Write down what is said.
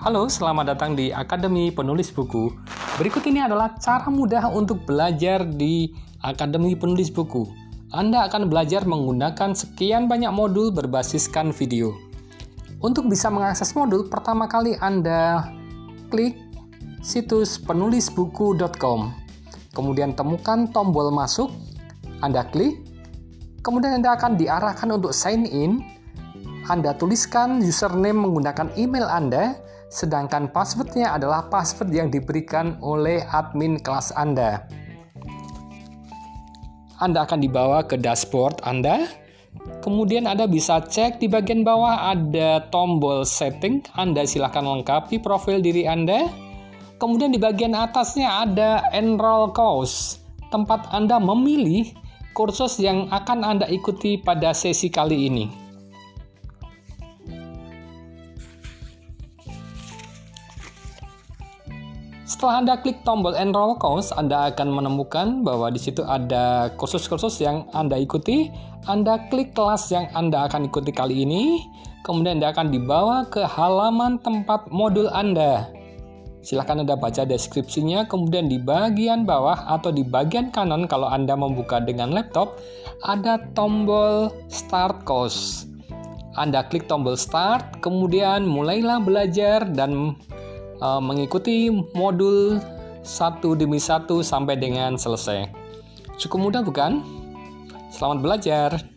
Halo, selamat datang di Akademi Penulis Buku. Berikut ini adalah cara mudah untuk belajar di Akademi Penulis Buku. Anda akan belajar menggunakan sekian banyak modul berbasiskan video. Untuk bisa mengakses modul, pertama kali Anda klik situs penulisbuku.com. Kemudian temukan tombol masuk, Anda klik. Kemudian Anda akan diarahkan untuk sign in. Anda tuliskan username menggunakan email Anda, sedangkan passwordnya adalah password yang diberikan oleh admin kelas Anda. Anda akan dibawa ke dashboard Anda. Kemudian Anda bisa cek di bagian bawah ada tombol setting. Anda silakan lengkapi profil diri Anda. Kemudian di bagian atasnya ada enroll course, tempat Anda memilih kursus yang akan Anda ikuti pada sesi kali ini. Setelah Anda klik tombol enroll course, Anda akan menemukan bahwa di situ ada kursus-kursus yang Anda ikuti. Anda klik kelas yang Anda akan ikuti kali ini, kemudian Anda akan dibawa ke halaman tempat modul Anda. Silakan Anda baca deskripsinya, kemudian di bagian bawah atau di bagian kanan kalau Anda membuka dengan laptop, ada tombol start course. Anda klik tombol start, kemudian mulailah belajar dan mengikuti modul satu demi satu sampai dengan selesai. Cukup mudah bukan? Selamat belajar!